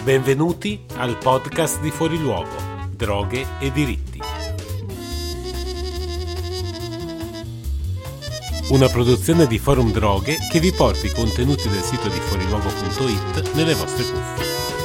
Benvenuti al podcast di Fuori Luogo, Droghe e Diritti. Una produzione di Forum Droghe che vi porta i contenuti del sito di fuoriluogo.it nelle vostre cuffie.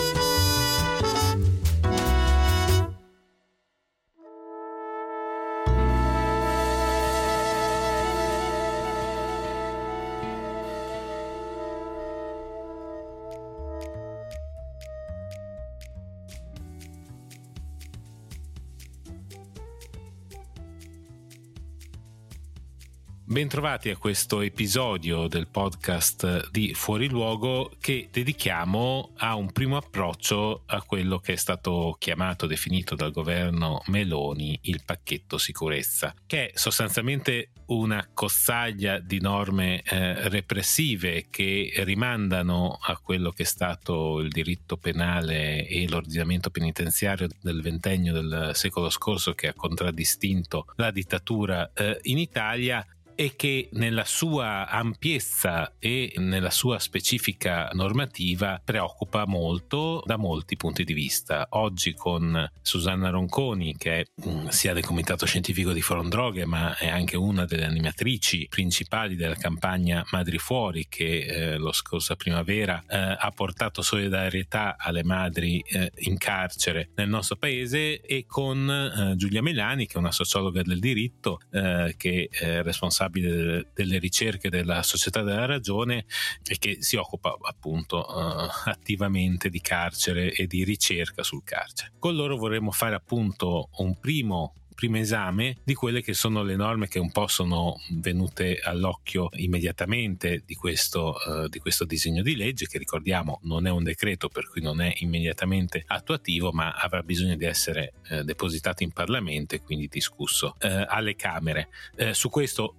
Bentrovati a questo episodio del podcast di Fuori Luogo che dedichiamo a un primo approccio a quello che è stato definito dal governo Meloni il pacchetto sicurezza, che è sostanzialmente una accozzaglia di norme repressive che rimandano a quello che è stato il diritto penale e l'ordinamento penitenziario del ventennio del secolo scorso, che ha contraddistinto la dittatura in Italia, e che nella sua ampiezza e nella sua specifica normativa preoccupa molto da molti punti di vista. Oggi con Susanna Ronconi, che è sia del Comitato Scientifico di Forum Droghe, ma è anche una delle animatrici principali della campagna Madri Fuori, che lo scorsa primavera ha portato solidarietà alle madri in carcere nel nostro paese, e con Giulia Melani, che è una sociologa del diritto, che è responsabile delle ricerche della Società della Ragione e che si occupa appunto attivamente di carcere e di ricerca sul carcere. Con loro vorremmo fare appunto un primo esame di quelle che sono le norme che un po' sono venute all'occhio immediatamente di questo disegno di legge, che ricordiamo non è un decreto, per cui non è immediatamente attuativo, ma avrà bisogno di essere depositato in Parlamento e quindi discusso alle Camere. Su questo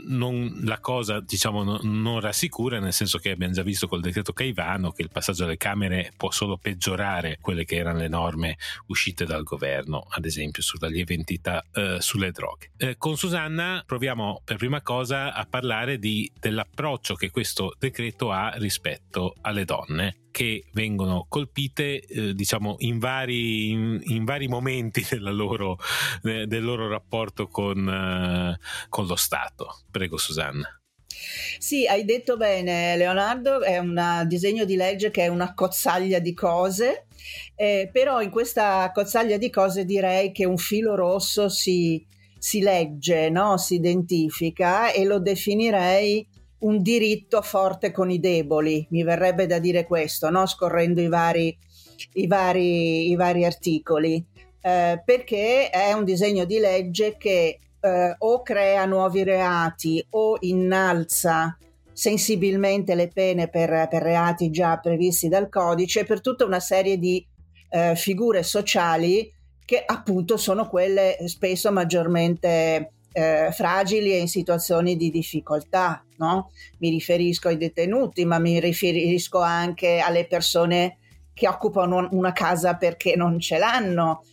la cosa non rassicura, nel senso che abbiamo già visto col decreto Caivano che il passaggio alle Camere può solo peggiorare quelle che erano le norme uscite dal governo, ad esempio sulla lieve entità sulle droghe. Con Susanna proviamo per prima cosa a parlare dell'approccio che questo decreto ha rispetto alle donne, che vengono colpite in vari momenti del loro rapporto con lo Stato. Prego Susanna. Sì, hai detto bene Leonardo, è un disegno di legge che è una accozzaglia di cose, però in questa accozzaglia di cose direi che un filo rosso si legge, no? Si identifica, e lo definirei un diritto forte con i deboli, mi verrebbe da dire questo, no? Scorrendo i vari articoli, perché è un disegno di legge che o crea nuovi reati o innalza sensibilmente le pene per reati già previsti dal codice, per tutta una serie di figure sociali che appunto sono quelle spesso maggiormente fragili e in situazioni di difficoltà, no? Mi riferisco ai detenuti, ma mi riferisco anche alle persone che occupano una casa perché non ce l'hanno.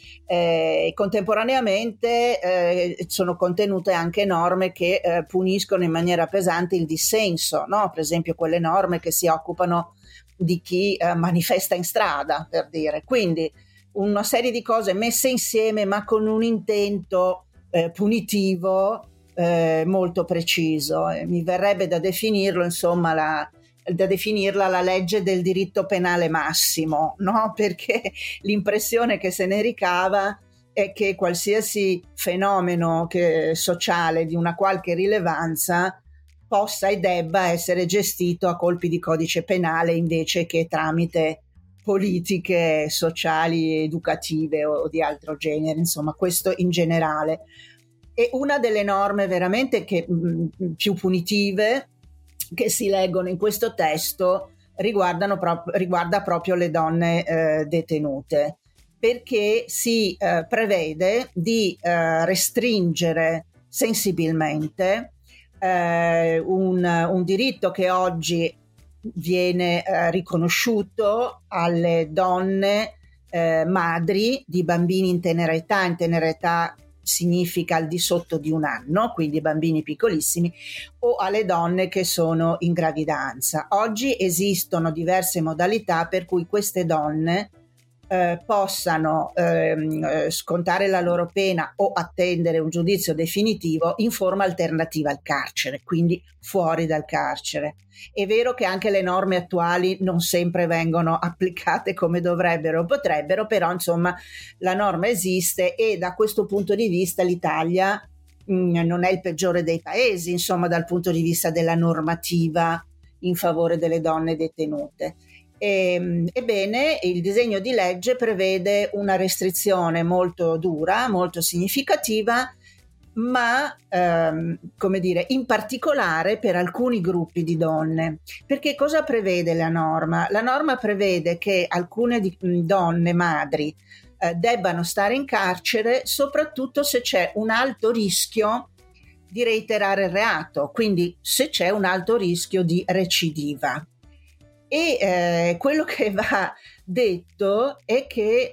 Contemporaneamente sono contenute anche norme che puniscono in maniera pesante il dissenso, no? Per esempio quelle norme che si occupano di chi manifesta in strada, per dire. Quindi una serie di cose messe insieme, ma con un intento punitivo molto preciso. Mi verrebbe da definirlo, da definirla la legge del diritto penale massimo, no? Perché l'impressione che se ne ricava è che qualsiasi fenomeno sociale di una qualche rilevanza possa e debba essere gestito a colpi di codice penale invece che tramite politiche sociali, educative o di altro genere, insomma questo in generale. E una delle norme veramente più punitive che si leggono in questo testo riguarda proprio le donne detenute, perché si prevede di restringere sensibilmente un diritto che oggi viene riconosciuto alle donne madri di bambini in tenera età significa al di sotto di 1 anno, quindi bambini piccolissimi, o alle donne che sono in gravidanza. Oggi esistono diverse modalità per cui queste donne possano scontare la loro pena o attendere un giudizio definitivo in forma alternativa al carcere, quindi fuori dal carcere. È vero che anche le norme attuali non sempre vengono applicate come dovrebbero o potrebbero, però insomma la norma esiste e da questo punto di vista l'Italia non è il peggiore dei paesi, insomma, dal punto di vista della normativa in favore delle donne detenute. Ebbene, il disegno di legge prevede una restrizione molto dura, molto significativa, ma come dire, in particolare per alcuni gruppi di donne. Perché cosa prevede la norma? La norma prevede che alcune donne madri debbano stare in carcere soprattutto se c'è un alto rischio di reiterare il reato, quindi se c'è un alto rischio di recidiva. E quello che va detto è che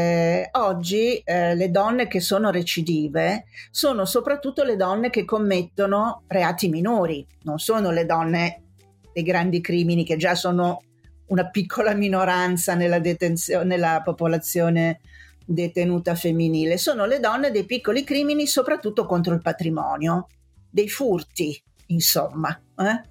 oggi le donne che sono recidive sono soprattutto le donne che commettono reati minori, non sono le donne dei grandi crimini che già sono una piccola minoranza nella popolazione detenuta femminile, sono le donne dei piccoli crimini soprattutto contro il patrimonio, dei furti, insomma,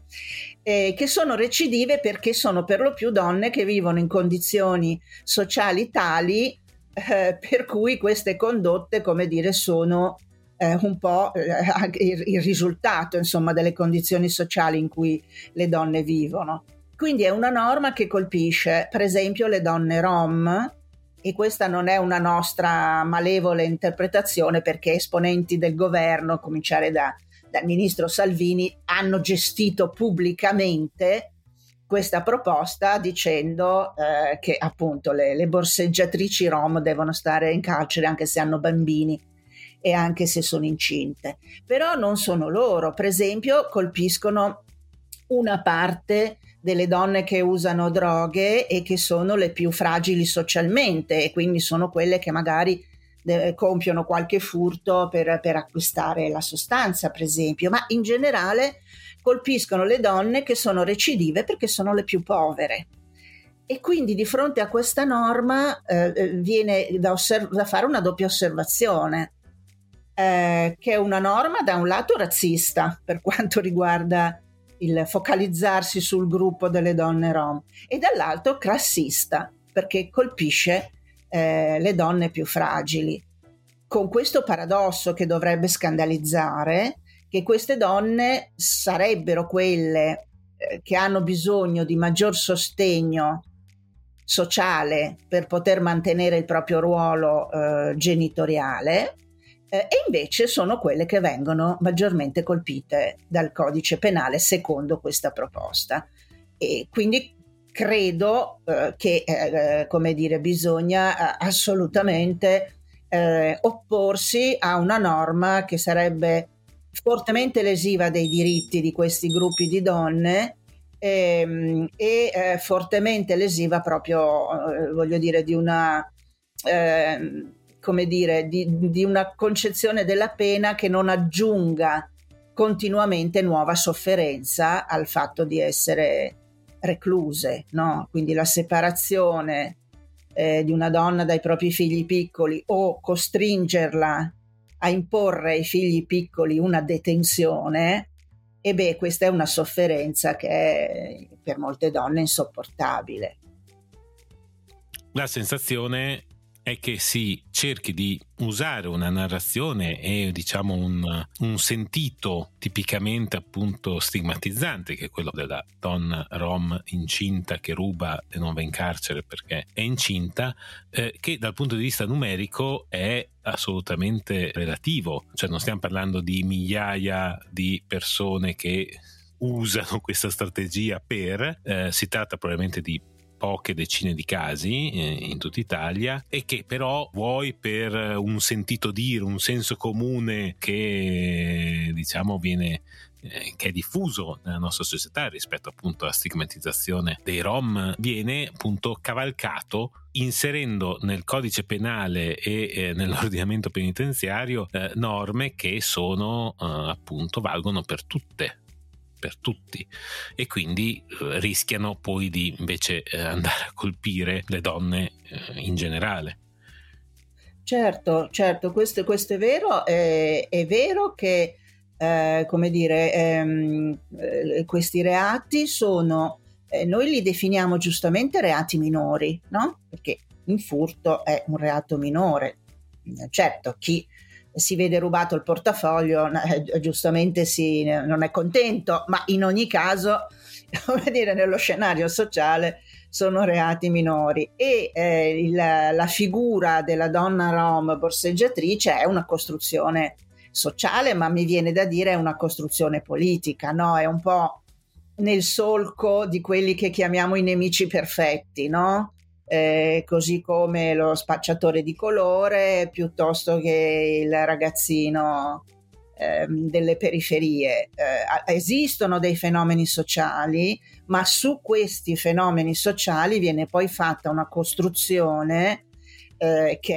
che sono recidive perché sono per lo più donne che vivono in condizioni sociali tali per cui queste condotte, come dire, sono un po' il risultato, insomma, delle condizioni sociali in cui le donne vivono. Quindi è una norma che colpisce, per esempio, le donne rom, e questa non è una nostra malevole interpretazione, perché esponenti del governo, a cominciare dal ministro Salvini, hanno gestito pubblicamente questa proposta dicendo che appunto le borseggiatrici rom devono stare in carcere anche se hanno bambini e anche se sono incinte. Però non sono loro, per esempio colpiscono una parte delle donne che usano droghe e che sono le più fragili socialmente, e quindi sono quelle che magari compiono qualche furto per acquistare la sostanza, per esempio, ma in generale colpiscono le donne che sono recidive perché sono le più povere. E quindi di fronte a questa norma viene da fare una doppia osservazione, che è una norma da un lato razzista per quanto riguarda il focalizzarsi sul gruppo delle donne rom, e dall'altro classista perché colpisce le donne più fragili, con questo paradosso che dovrebbe scandalizzare, che queste donne sarebbero quelle che hanno bisogno di maggior sostegno sociale per poter mantenere il proprio ruolo genitoriale, e invece sono quelle che vengono maggiormente colpite dal codice penale secondo questa proposta. E quindi credo che come dire, bisogna assolutamente opporsi a una norma che sarebbe fortemente lesiva dei diritti di questi gruppi di donne e fortemente lesiva proprio, voglio dire, di una come dire, di una concezione della pena che non aggiunga continuamente nuova sofferenza al fatto di essere recluse, no? Quindi la separazione di una donna dai propri figli piccoli o costringerla a imporre ai figli piccoli una detenzione, e questa è una sofferenza che è per molte donne insopportabile. La sensazione è che si cerchi di usare una narrazione e diciamo un sentito tipicamente appunto stigmatizzante, che è quello della donna rom incinta che ruba e non va in carcere perché è incinta, che dal punto di vista numerico è assolutamente relativo, cioè non stiamo parlando di migliaia di persone che usano questa strategia si tratta probabilmente di poche decine di casi in tutta Italia, e che però vuoi per un sentito dire, un senso comune che diciamo viene che è diffuso nella nostra società rispetto appunto alla stigmatizzazione dei rom, viene appunto cavalcato inserendo nel codice penale e nell'ordinamento penitenziario norme che sono appunto valgono per tutte. per tutti, e quindi rischiano poi di invece andare a colpire le donne in generale. Certo, questo è vero, è vero che questi reati sono, noi li definiamo giustamente reati minori, no? Perché il furto è un reato minore. Certo, chi si vede rubato il portafoglio giustamente non è contento, ma in ogni caso, come dire, nello scenario sociale sono reati minori. E la figura della donna rom borseggiatrice è una costruzione sociale, ma mi viene da dire è una costruzione politica, no? È un po' nel solco di quelli che chiamiamo i nemici perfetti, no? Così come lo spacciatore di colore piuttosto che il ragazzino delle periferie. Esistono dei fenomeni sociali, ma su questi fenomeni sociali viene poi fatta una costruzione che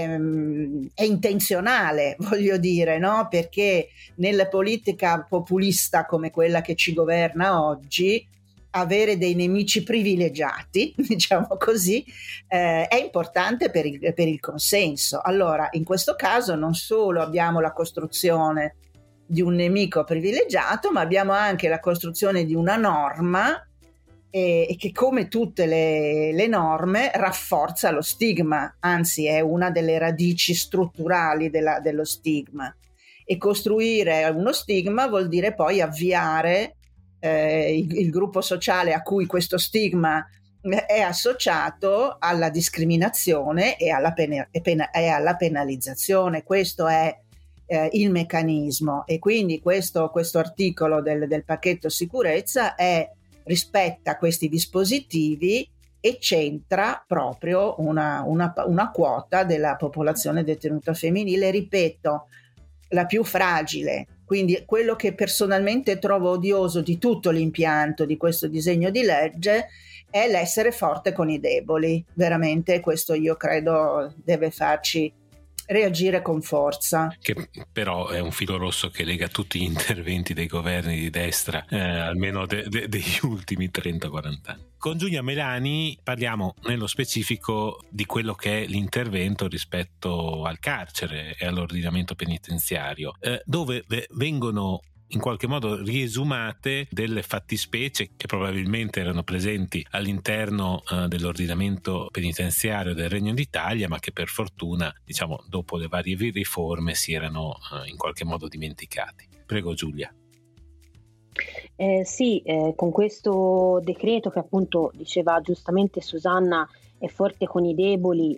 è intenzionale, voglio dire, no? Perché nella politica populista come quella che ci governa oggi, avere dei nemici privilegiati, diciamo così, è importante per il consenso. Allora, in questo caso non solo abbiamo la costruzione di un nemico privilegiato, ma abbiamo anche la costruzione di una norma e che, come tutte le norme, rafforza lo stigma, anzi è una delle radici strutturali dello stigma. E costruire uno stigma vuol dire poi avviare il gruppo sociale a cui questo stigma è associato alla discriminazione e alla penalizzazione. Questo è il meccanismo, e quindi questo articolo del pacchetto sicurezza rispetta questi dispositivi e centra proprio una quota della popolazione detenuta femminile, ripeto, la più fragile. Quindi quello che personalmente trovo odioso di tutto l'impianto di questo disegno di legge è l'essere forte con i deboli. Veramente questo io credo deve farci reagire con forza. Che però è un filo rosso che lega tutti gli interventi dei governi di destra, almeno degli ultimi 30-40 anni. Con Giulia Melani parliamo nello specifico di quello che è l'intervento rispetto al carcere e all'ordinamento penitenziario, dove vengono in qualche modo riesumate delle fattispecie che probabilmente erano presenti all'interno dell'ordinamento penitenziario del Regno d'Italia, ma che per fortuna, diciamo, dopo le varie riforme si erano in qualche modo dimenticati. Prego Giulia. Con questo decreto, che appunto diceva giustamente Susanna, è forte con i deboli,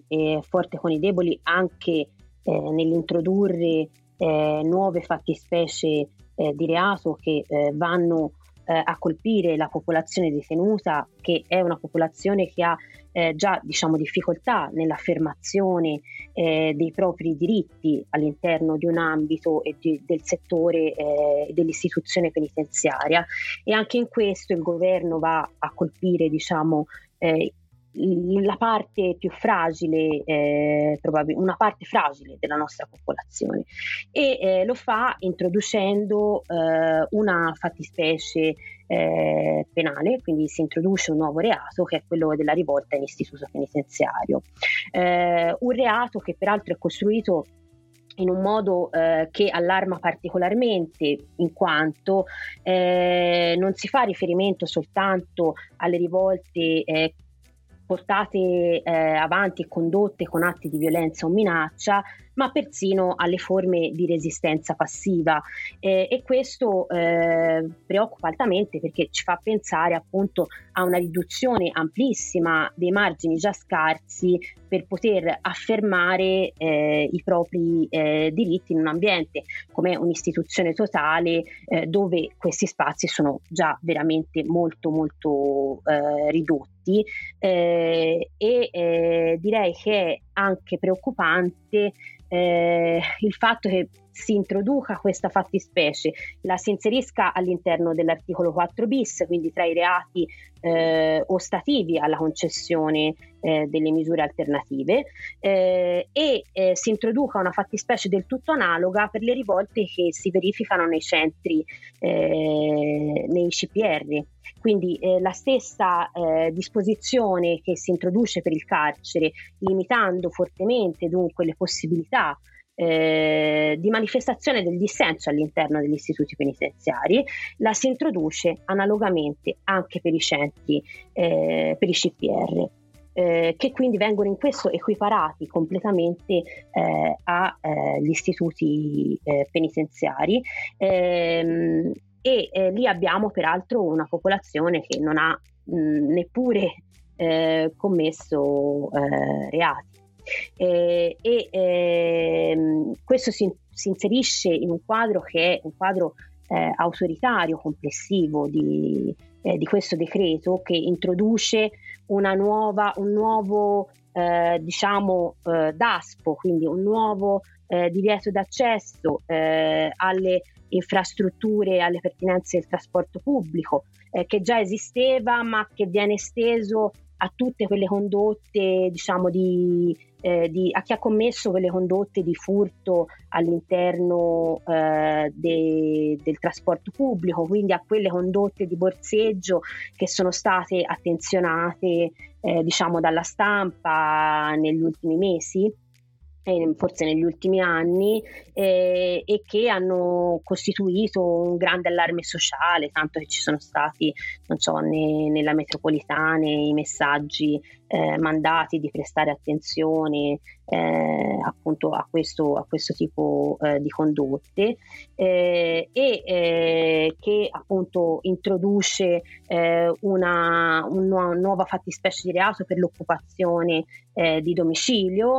anche nell'introdurre nuove fattispecie di reato che vanno a colpire la popolazione detenuta, che è una popolazione che ha già, diciamo, difficoltà nell'affermazione dei propri diritti all'interno di un ambito e del settore dell'istituzione penitenziaria. E anche in questo il governo va a colpire, diciamo, la parte più fragile, una parte fragile della nostra popolazione, e lo fa introducendo una fattispecie penale, quindi si introduce un nuovo reato che è quello della rivolta in istituto penitenziario, un reato che peraltro è costruito in un modo che allarma particolarmente, in quanto non si fa riferimento soltanto alle rivolte portate avanti e condotte con atti di violenza o minaccia, ma persino alle forme di resistenza passiva, e questo preoccupa altamente, perché ci fa pensare appunto a una riduzione amplissima dei margini già scarsi per poter affermare i propri diritti in un ambiente come un'istituzione totale, dove questi spazi sono già veramente molto molto ridotti, e direi che è anche preoccupante il fatto che si introduca questa fattispecie, la si inserisca all'interno dell'articolo 4 bis, quindi tra i reati ostativi alla concessione delle misure alternative si introduca una fattispecie del tutto analoga per le rivolte che si verificano nei centri, nei CPR. Quindi la stessa disposizione che si introduce per il carcere, limitando fortemente dunque le possibilità di manifestazione del dissenso all'interno degli istituti penitenziari, la si introduce analogamente anche per i centri, per i CPR, che quindi vengono in questo equiparati completamente agli istituti penitenziari. Lì abbiamo peraltro una popolazione che non ha neppure commesso reati. Questo si inserisce in un quadro che è un quadro autoritario, complessivo di questo decreto, che introduce un nuovo DASPO, quindi un nuovo divieto d'accesso alle infrastrutture, alle pertinenze del trasporto pubblico, che già esisteva ma che viene esteso a tutte quelle condotte, a chi ha commesso quelle condotte di furto all'interno del trasporto pubblico, quindi a quelle condotte di borseggio che sono state attenzionate dalla stampa negli ultimi mesi, forse negli ultimi anni, e che hanno costituito un grande allarme sociale, tanto che ci sono stati, nella metropolitana i messaggi mandati di prestare attenzione appunto a questo tipo di condotte, che appunto introduce una nuova fattispecie di reato per l'occupazione di domicilio,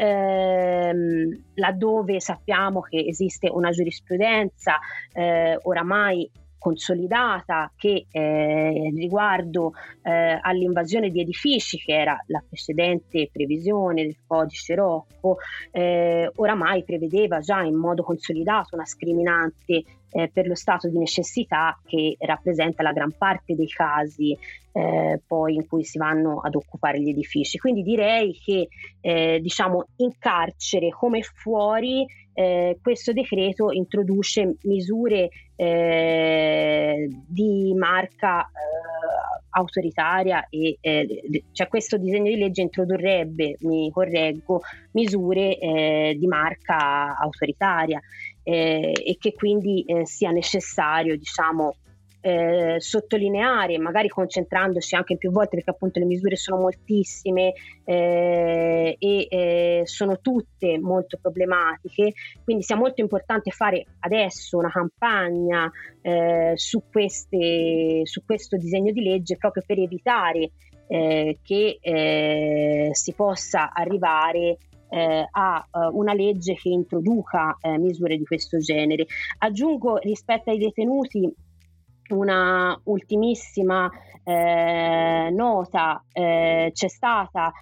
laddove sappiamo che esiste una giurisprudenza oramai consolidata che riguardo all'invasione di edifici, che era la precedente previsione del codice Rocco, oramai prevedeva già in modo consolidato una scriminante per lo stato di necessità, che rappresenta la gran parte dei casi poi in cui si vanno ad occupare gli edifici. Quindi direi che in carcere come fuori questo decreto introduce misure di marca autoritaria cioè questo disegno di legge introdurrebbe, mi correggo, misure di marca autoritaria, e che quindi sia necessario sottolineare, magari concentrandoci anche più volte, perché appunto le misure sono moltissime e sono tutte molto problematiche, quindi sia molto importante fare adesso una campagna su questo disegno di legge, proprio per evitare che si possa arrivare a una legge che introduca misure di questo genere. Aggiungo rispetto ai detenuti una ultimissima nota. C'è stata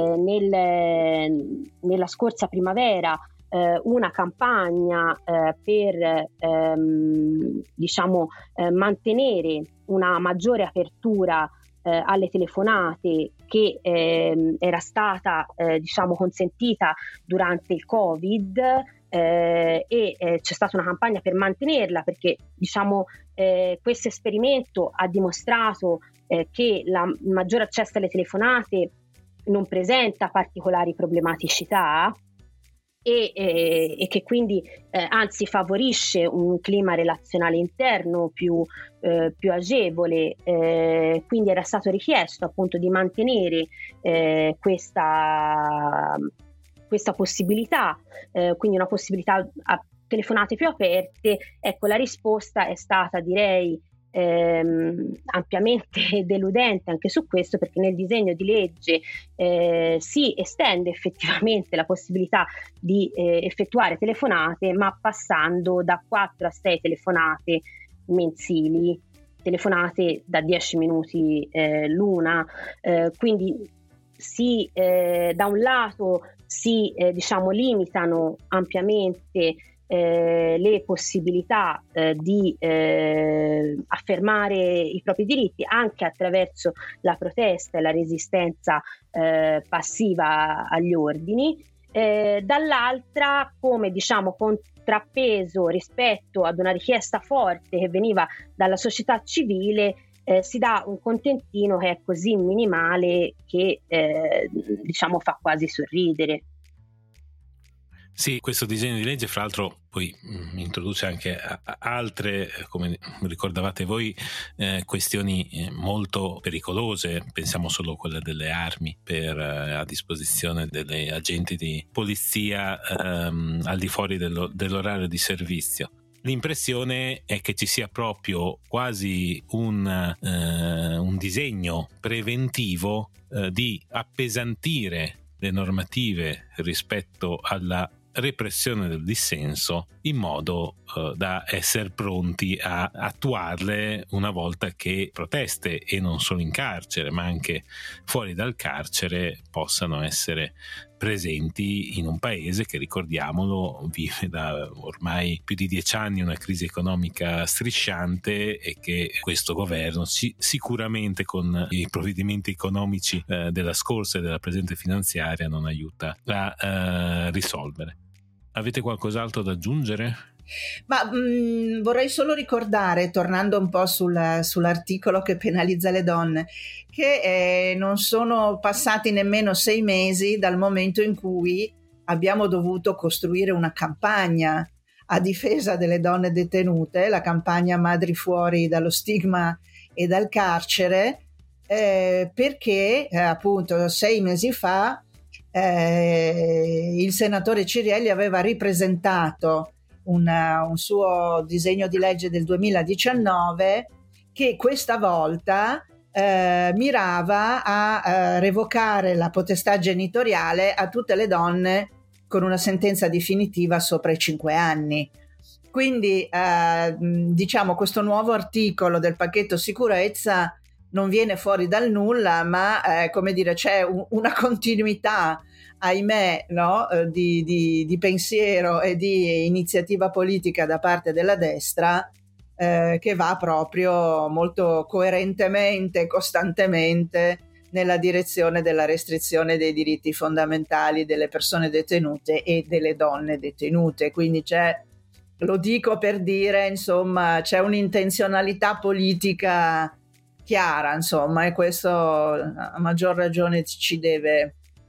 nella scorsa primavera una campagna per mantenere una maggiore apertura alle telefonate che era stata consentita durante il Covid, e c'è stata una campagna per mantenerla, perché questo esperimento ha dimostrato che il maggiore accesso alle telefonate non presenta particolari problematicità e che quindi anzi favorisce un clima relazionale interno più agevole, quindi era stato richiesto appunto di mantenere questa possibilità, quindi una possibilità a telefonate più aperte. Ecco, la risposta è stata, direi, ampiamente deludente anche su questo, perché nel disegno di legge si estende effettivamente la possibilità di effettuare telefonate, ma passando da 4 a 6 telefonate mensili, telefonate da 10 minuti l'una, quindi da un lato si limitano ampiamente le possibilità di affermare i propri diritti anche attraverso la protesta e la resistenza passiva agli ordini, dall'altra come contrappeso rispetto ad una richiesta forte che veniva dalla società civile si dà un contentino che è così minimale che fa quasi sorridere. Sì, questo disegno di legge fra l'altro poi introduce anche altre, come ricordavate voi, questioni molto pericolose. Pensiamo solo a quella delle armi a disposizione degli agenti di polizia al di fuori dell'orario di servizio. L'impressione è che ci sia proprio quasi un disegno preventivo di appesantire le normative rispetto alla repressione del dissenso in modo da essere pronti a attuarle una volta che proteste, e non solo in carcere ma anche fuori dal carcere, possano essere presenti in un paese che, ricordiamolo, vive da ormai più di 10 anni una crisi economica strisciante e che questo governo sicuramente con i provvedimenti economici della scorsa e della presente finanziaria non aiuta a risolvere. Avete qualcos'altro da aggiungere? Ma vorrei solo ricordare, tornando un po' sull'articolo che penalizza le donne, che non sono passati nemmeno 6 mesi dal momento in cui abbiamo dovuto costruire una campagna a difesa delle donne detenute, la campagna Madri fuori dallo stigma e dal carcere, perché appunto 6 mesi fa il senatore Cirielli aveva ripresentato un suo disegno di legge del 2019 che questa volta mirava a revocare la potestà genitoriale a tutte le donne con una sentenza definitiva sopra i 5 anni. Quindi questo nuovo articolo del pacchetto sicurezza non viene fuori dal nulla, ma c'è una continuità, ahimè, no? di pensiero e di iniziativa politica da parte della destra che va proprio molto coerentemente, costantemente nella direzione della restrizione dei diritti fondamentali delle persone detenute e delle donne detenute. Quindi lo dico per dire, insomma, c'è un'intenzionalità politica chiara, insomma, e questo a maggior ragione ci deve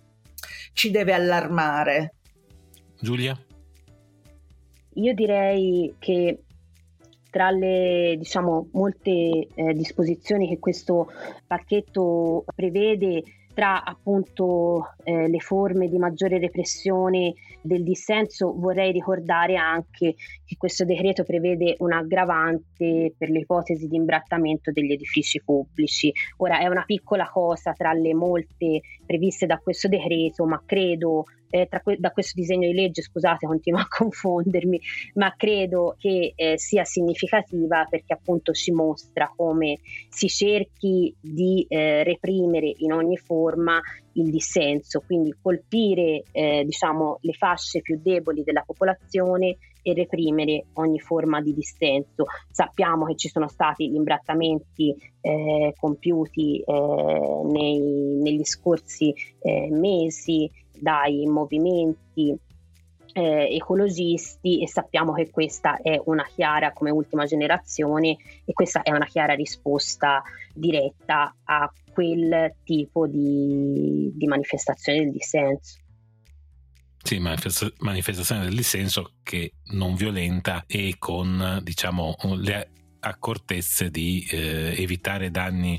allarmare. Giulia? Io direi che tra le molte disposizioni che questo pacchetto prevede, tra appunto le forme di maggiore repressione del dissenso, vorrei ricordare anche che questo decreto prevede un aggravante per le ipotesi di imbrattamento degli edifici pubblici. Ora è una piccola cosa tra le molte previste da questo decreto, ma credo da questo disegno di legge, scusate, continuo a confondermi, ma credo che sia significativa perché appunto ci mostra come si cerchi di reprimere in ogni forma il dissenso, quindi colpire le fasce più deboli della popolazione e reprimere ogni forma di dissenso. Sappiamo che ci sono stati gli imbrattamenti compiuti negli scorsi mesi dai movimenti ecologisti, e sappiamo che questa è una chiara, come ultima generazione, e questa è una chiara risposta diretta a quel tipo di manifestazione del dissenso. Sì, manifestazione del dissenso che non violenta e con le accortezze di evitare danni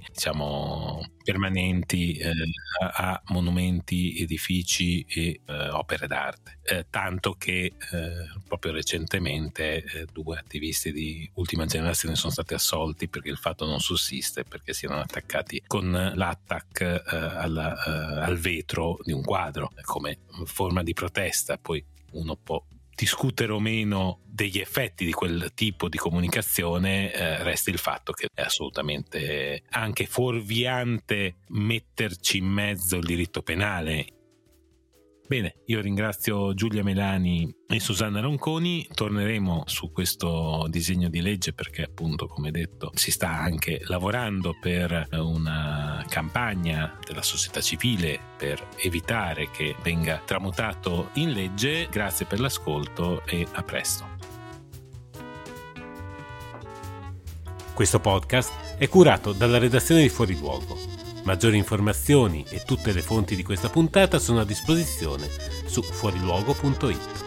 permanenti a monumenti, edifici e opere d'arte, tanto che proprio recentemente 2 attivisti di ultima generazione sono stati assolti perché il fatto non sussiste, perché si erano attaccati con l'attack al vetro di un quadro come forma di protesta. Poi uno può discutere o meno degli effetti di quel tipo di comunicazione, resta il fatto che è assolutamente anche fuorviante metterci in mezzo il diritto penale. Bene, io ringrazio Giulia Melani e Susanna Ronconi. Torneremo su questo disegno di legge perché, appunto, come detto, si sta anche lavorando per una campagna della società civile per evitare che venga tramutato in legge. Grazie per l'ascolto e a presto. Questo podcast è curato dalla redazione di Fuori Luogo. Maggiori informazioni e tutte le fonti di questa puntata sono a disposizione su fuoriluogo.it.